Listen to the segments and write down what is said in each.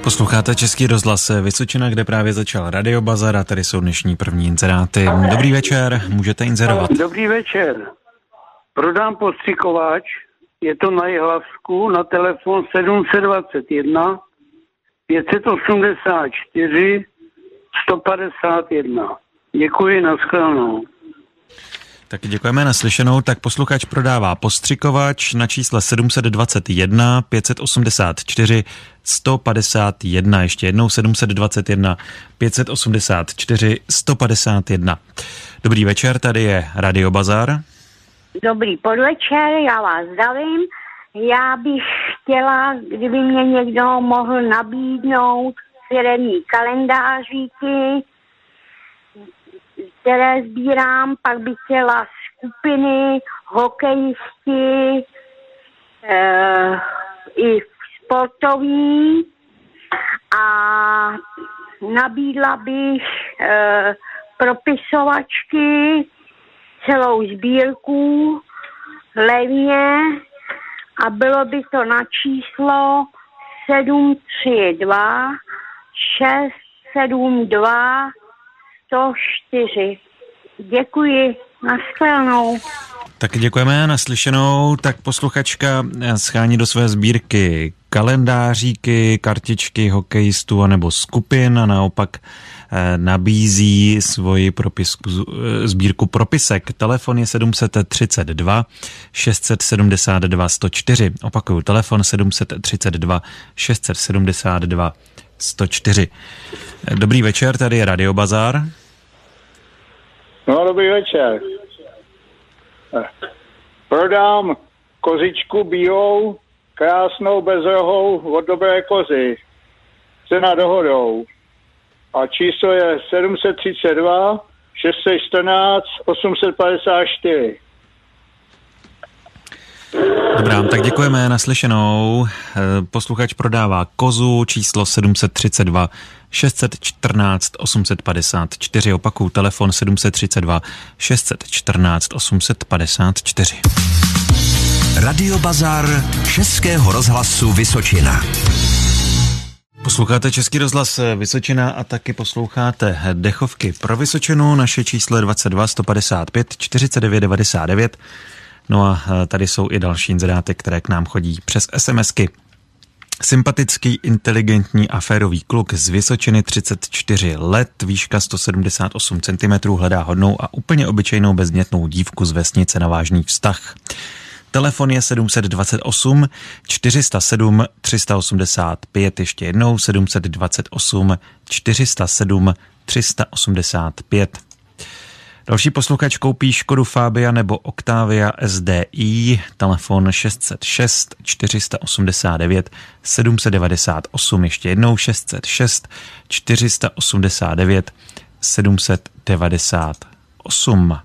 Posloucháte Český rozhlas Vysočina, kde právě začal Radiobazar a tady jsou dnešní první inzeráty. Dobrý večer, můžete inzerovat. Dobrý večer. Prodám postřikovač, je to na Jihlavsku, na telefon 721 584 151. Děkuji, nashledanou. Taky děkujeme, naslyšenou. Tak posluchač prodává postřikovač na čísle 721 584 151. Ještě jednou 721 584 151. Dobrý večer, tady je Radiobazar. Dobrý podvečer, já vás zdravím. Já bych chtěla, kdyby mě někdo mohl nabídnout firemní kalendáříky, které sbírám, pak bych chtěla skupiny, hokejisti, i sportovní a nabídla bych propisovačky, celou sbírku levně a bylo by to na číslo 732 672 104. Děkuji, nashledanou. Tak děkujeme, naslyšenou. Tak posluchačka schání do své sbírky kalendáříky, kartičky hokejistů anebo skupin a naopak nabízí svoji sbírku propisek. Telefon je 732 672 104. Opakuju, telefon 732 672 104. Dobrý večer, tady je Radiobazar. No, dobrý večer. Prodám kozičku bílou, krásnou, bezrohou, od dobré kozy. Cena dohodou. A číslo je 732 614 854. Dobrá, tak děkujeme, naslyšenou. Posluchač prodává kozu, číslo 732 614 854. Opakuju, telefon 732 614 854. Radiobazar Českého rozhlasu Vysočina. Posloucháte Český rozhlas Vysočina a taky posloucháte dechovky pro Vysočinu. Naše číslo je 22 155 49 99. No a tady jsou i další inzeráty, které k nám chodí přes SMSky. Sympatický, inteligentní a férový kluk z Vysočiny, 34 let, výška 178 cm, hledá hodnou a úplně obyčejnou bezdětnou dívku z vesnice na vážný vztah. Telefon je 728 407 385, ještě jednou 728 407 385. Další posluchač koupí Škodu Fabia nebo Octavia SDI, telefon 606 489 798, ještě jednou 606 489 798.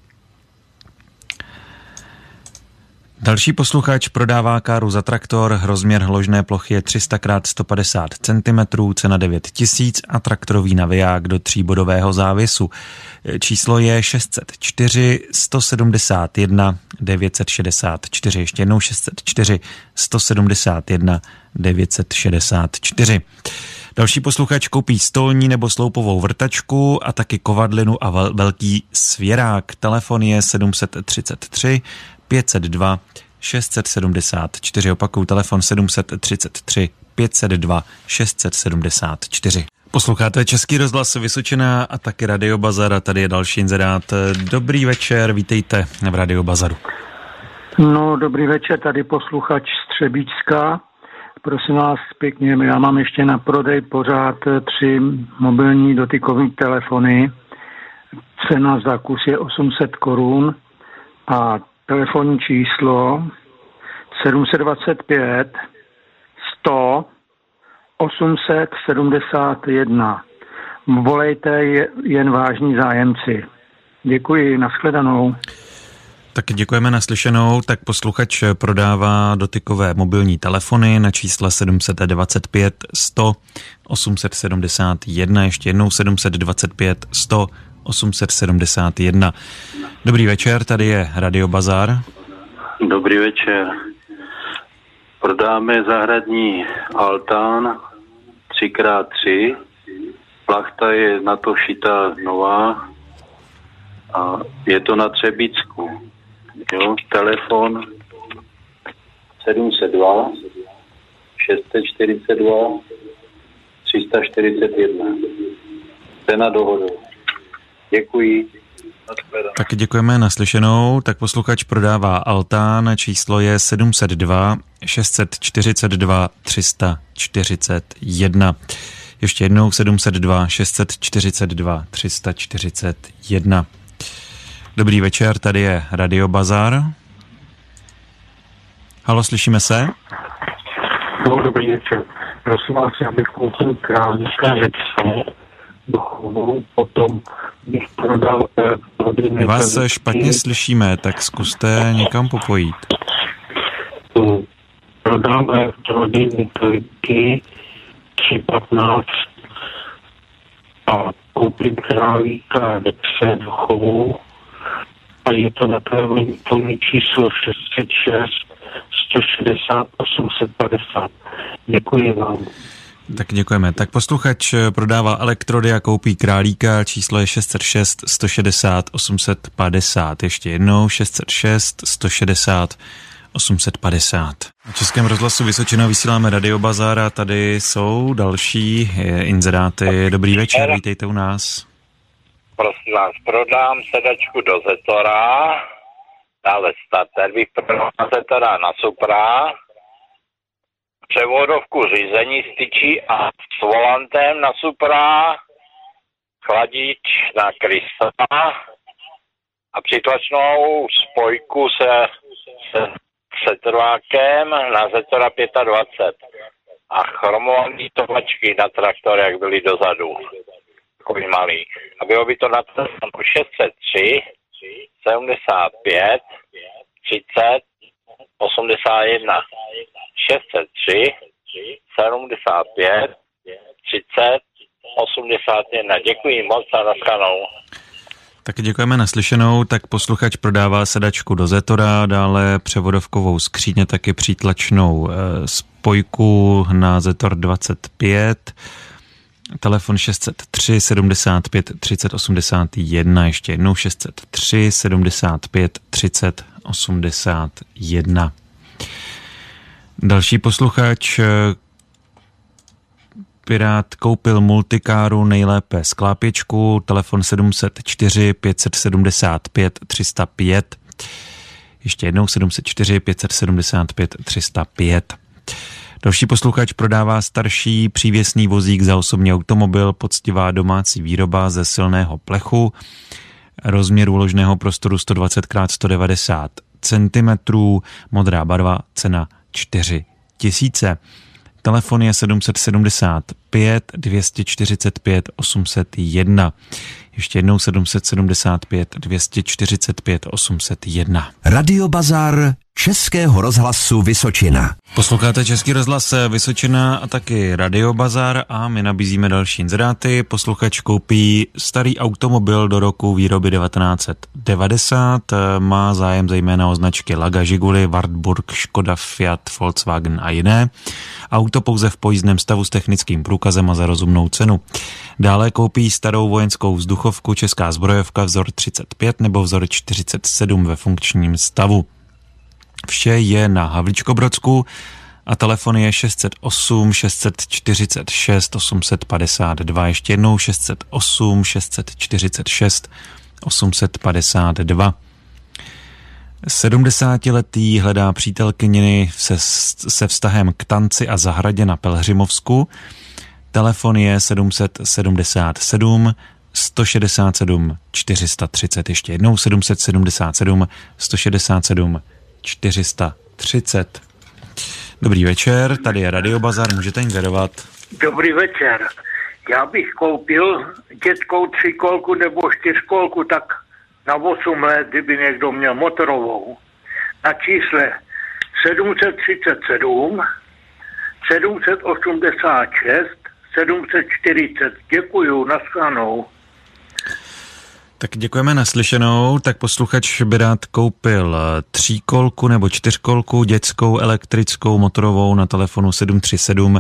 Další posluchač prodává káru za traktor, rozměr hložné plochy je 300 x 150 cm, cena 9 000 a traktorový naviják do 3bodového závěsu. Číslo je 604 171 964, ještě jednou 604 171 964. Další posluchač koupí stolní nebo sloupovou vrtačku a taky kovadlinu a velký svěrák. Telefon je 733 502 674. Opakuju, telefon 733 502 674. Posloucháte Český rozhlas Vysočina a taky Radiobazar a tady je další inzerát. Dobrý večer, vítejte v Radiobazaru. No, dobrý večer, tady posluchač Střebíčská. Prosím vás pěkně, já mám ještě na prodej pořád 3 mobilní dotykové telefony. Cena za kus je 800 korun a telefonní číslo 725 100 871. Volejte jen vážní zájemci. Děkuji, nashledanou. Taky děkujeme, naslyšenou. Tak posluchač prodává dotykové mobilní telefony na čísle 725 100 871, ještě jednou 725 100 871. Dobrý večer, tady je Radiobazar. Dobrý večer. Prodáme zahradní altán 3x3. Plachta je na to šitá nová a je to na Třebíčsku. Jo, telefon 702 642 341. Cena dohodu. Děkuji. Taky děkujeme, naslyšenou. Tak posluchač prodává altán, číslo je 702 642 341. Ještě jednou 702 642 341. Dobrý večer, tady je Radio Bazar. Halo, slyšíme se? No, dobrý večer. Prosím vás, já bych koupil králíka Nexo do chovu, potom bych prodal My vás špatně slyšíme, tak zkuste někam popojít. Prodám rodinné klipky 315 a koupím králíka Nexo do chovu a je to na telefonní číslo 606 160 850. Děkuji vám. Tak děkujeme. Tak posluchač prodává elektrody a koupí králíka. Číslo je 606 160 850. Ještě jednou 606 160 850. Na Českém rozhlasu Vysočina vysíláme Radio Bazar a tady jsou další inzeráty. Dobrý večer, vítejte u nás. Prosím vás, prodám sedačku do Zetora, dále starter, bych prodal Zetora na Supra, převodovku řízení styčí a s volantem na Supra, chladič na Krista a přitlačnou spojku se trvákem na Zetora 25 a chromovaný tovačky na traktor, jak byly dozadu. Takový malý. A bylo by to na 603 75 30 81. 603 75 30 81. Děkuji moc a nashledanou. Tak děkujeme, naslyšenou. Tak posluchač prodává sedačku do Zetora, dále převodovkovou skříně, taky přítlačnou spojku na Zetor 25, telefon 603 75 30 81, ještě jednou 603 75 30 81. Další posluchač, Pirát, koupil multikáru, nejlépe sklápěčku, telefon 704 575 305, ještě jednou 704 575 305. Další posluchač prodává starší přívěsný vozík za osobní automobil, poctivá domácí výroba ze silného plechu, rozměr úložného prostoru 120x190 cm, modrá barva, cena 4 000. Telefon je 775 245 801. Ještě jednou 775 245 801. Radio Bazar Českého rozhlasu Vysočina. Posloucháte Český rozhlas Vysočina a taky Radio Bazar a my nabízíme další inzeráty. Posluchač koupí starý automobil do roku výroby 1990. Má zájem zejména o značky Laga, Žiguli, Wartburg, Škoda, Fiat, Volkswagen a jiné. Auto pouze v pojízdném stavu s technickým průkazem a za rozumnou cenu. Dále koupí starou vojenskou vzduchovku Česká zbrojovka vzor 35 nebo vzor 47 ve funkčním stavu. Vše je na Havlíčkobrodsku a telefon je 608 646 852. Ještě jednou 608 646 852. 70letý hledá přítelkyni se vztahem k tanci a zahradě na Pelhřimovsku. Telefon je 777 167 430. Ještě jednou 777 167 430. Dobrý večer, tady je Radio Bazar, můžete ingerovat. Dobrý večer. Já bych koupil dětskou tříkolku nebo čtyřkolku tak na 8 let, kdyby někdo měl motorovou. Na čísle 737 786 740. Děkuju, nashledanou. Tak děkujeme naslyšenou. Tak posluchač by rád koupil 3kolku nebo 4kolku dětskou elektrickou motorovou na telefonu 737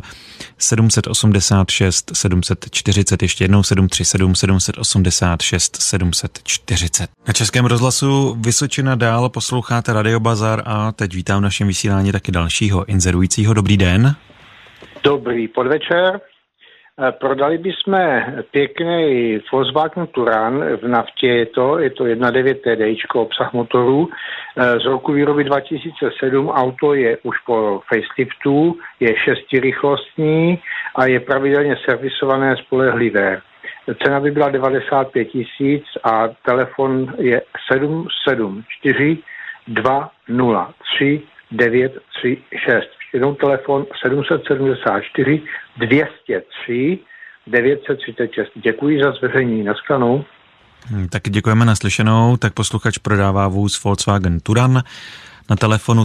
786 740, ještě jednou 737 786 740. Na Českém rozhlasu Vysočina dál posloucháte Radio Bazar a teď vítám v našem vysílání taky dalšího inzerujícího. Dobrý den. Dobrý podvečer. Prodali bychom pěkný Volkswagen Touran, v naftě je to 1.9 TDIčko, obsah motoru, z roku výroby 2007, auto je už po faceliftu, je 6rychlostní a je pravidelně servisované a spolehlivé. Cena by byla 95 000 a telefon je 774 203 936. Jednou telefon 774 203 936. Děkuji za zveřejnění. Naschledanou. Tak děkujeme naslyšenou. Tak posluchač prodává vůz Volkswagen Touran na telefonu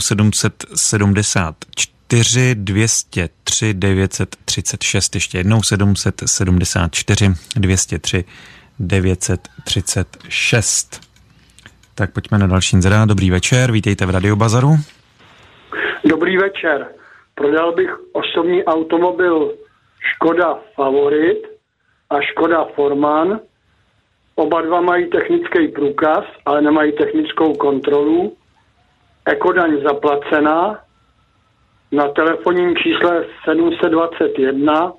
774 203 936. Ještě jednou 774 203 936. Tak pojďme na další inzerát. Dobrý večer, vítejte v Radio Bazaru. Dobrý večer. Prodal bych osobní automobil Škoda Favorit a Škoda Forman. Oba dva mají technický průkaz, ale nemají technickou kontrolu. Ekodaň zaplacená. Na telefonním čísle 721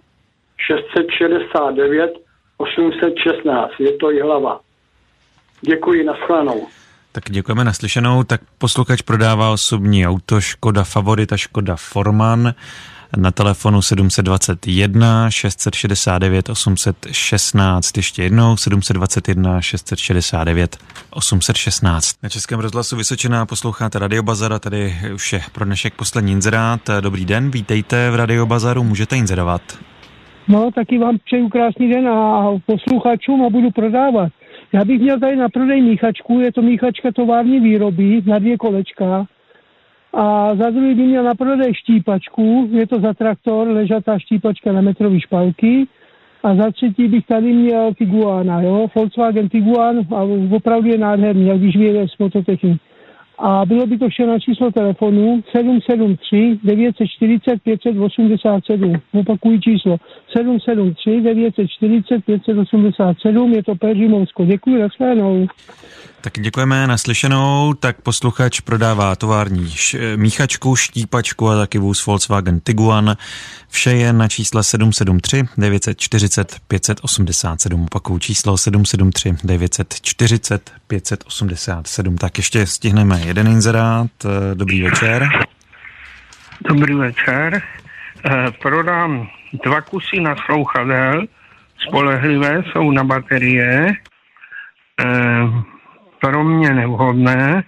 669 816. Je to Jihlava. Děkuji, nashledanou. Tak děkujeme naslyšenou. Tak posluchač prodává osobní auto Škoda Favorit a Škoda Forman na telefonu 721 669 816. Ještě jednou 721 669 816. Na Českém rozhlasu Vysočina posloucháte Radio Bazar a tady už je pro dnešek poslední inzerát. Dobrý den, vítejte v Radio Bazaru, můžete inzerovat. No, taky vám přeju krásný den a posluchačům a budu prodávat. Já bych měl tady na prodej míchačku, je to míchačka tovární výroby na 2 kolečka. A za druhý bych měl na prodej štípačku, je to za traktor, ležatá štípačka na metrový špalky. A za třetí bych tady měl Tiguana, jo, Volkswagen Tiguan a opravdu je nádherný, jak když vyjede z mototechny. A bylo by to vše na číslo telefonu 773 940 587. Opakuji číslo 773 940 587. Je to Peřimovsko. Děkuji, nashledanou. Tak děkujeme naslyšenou. Tak posluchač prodává tovární míchačku, štípačku a taky vůz Volkswagen Tiguan. Vše je na čísle 773 940 587. Opakuju číslo 773 940 587. Tak ještě stihneme jeden inzerát. Dobrý večer. Dobrý večer. Prodám 2 kusy naslouchadel. Spolehlivé, jsou na baterie. Pro mě nevhodné.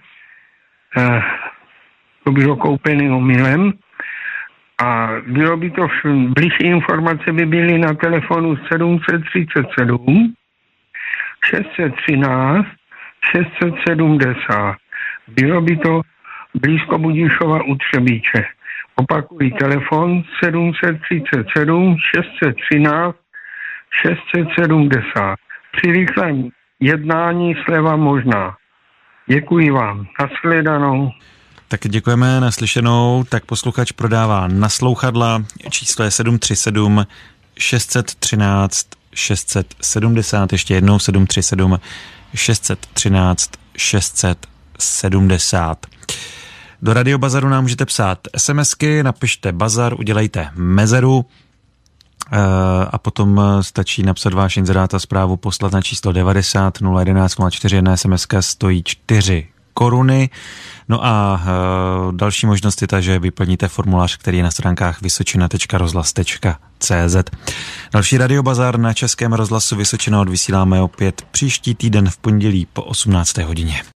To bylo koupený omylem. A bylo by to bližší informace by byly na telefonu 737 613 670. Bylo by to blízko Budišova u Třebíče. Opakuji telefon 737 613 670. Při rychlém jednání sleva možná. Děkuji vám. Nashledanou. Tak děkujeme naslyšenou. Tak posluchač prodává naslouchadla. Číslo je 737 613 670. Ještě jednou 737 613 670. Do Radio Bazaru nám můžete psát SMSky, napište Bazar, udělejte mezeru a potom stačí napsat váš inzerát a zprávu poslat na číslo 90 011 04. Jedna SMSka stojí 4 koruny. No a další možnost je ta, že vyplníte formulář, který je na stránkách vysočina.rozhlas.cz. Další Radio Bazar na Českém rozhlasu Vysočina odvysíláme opět příští týden v pondělí po 18. hodině.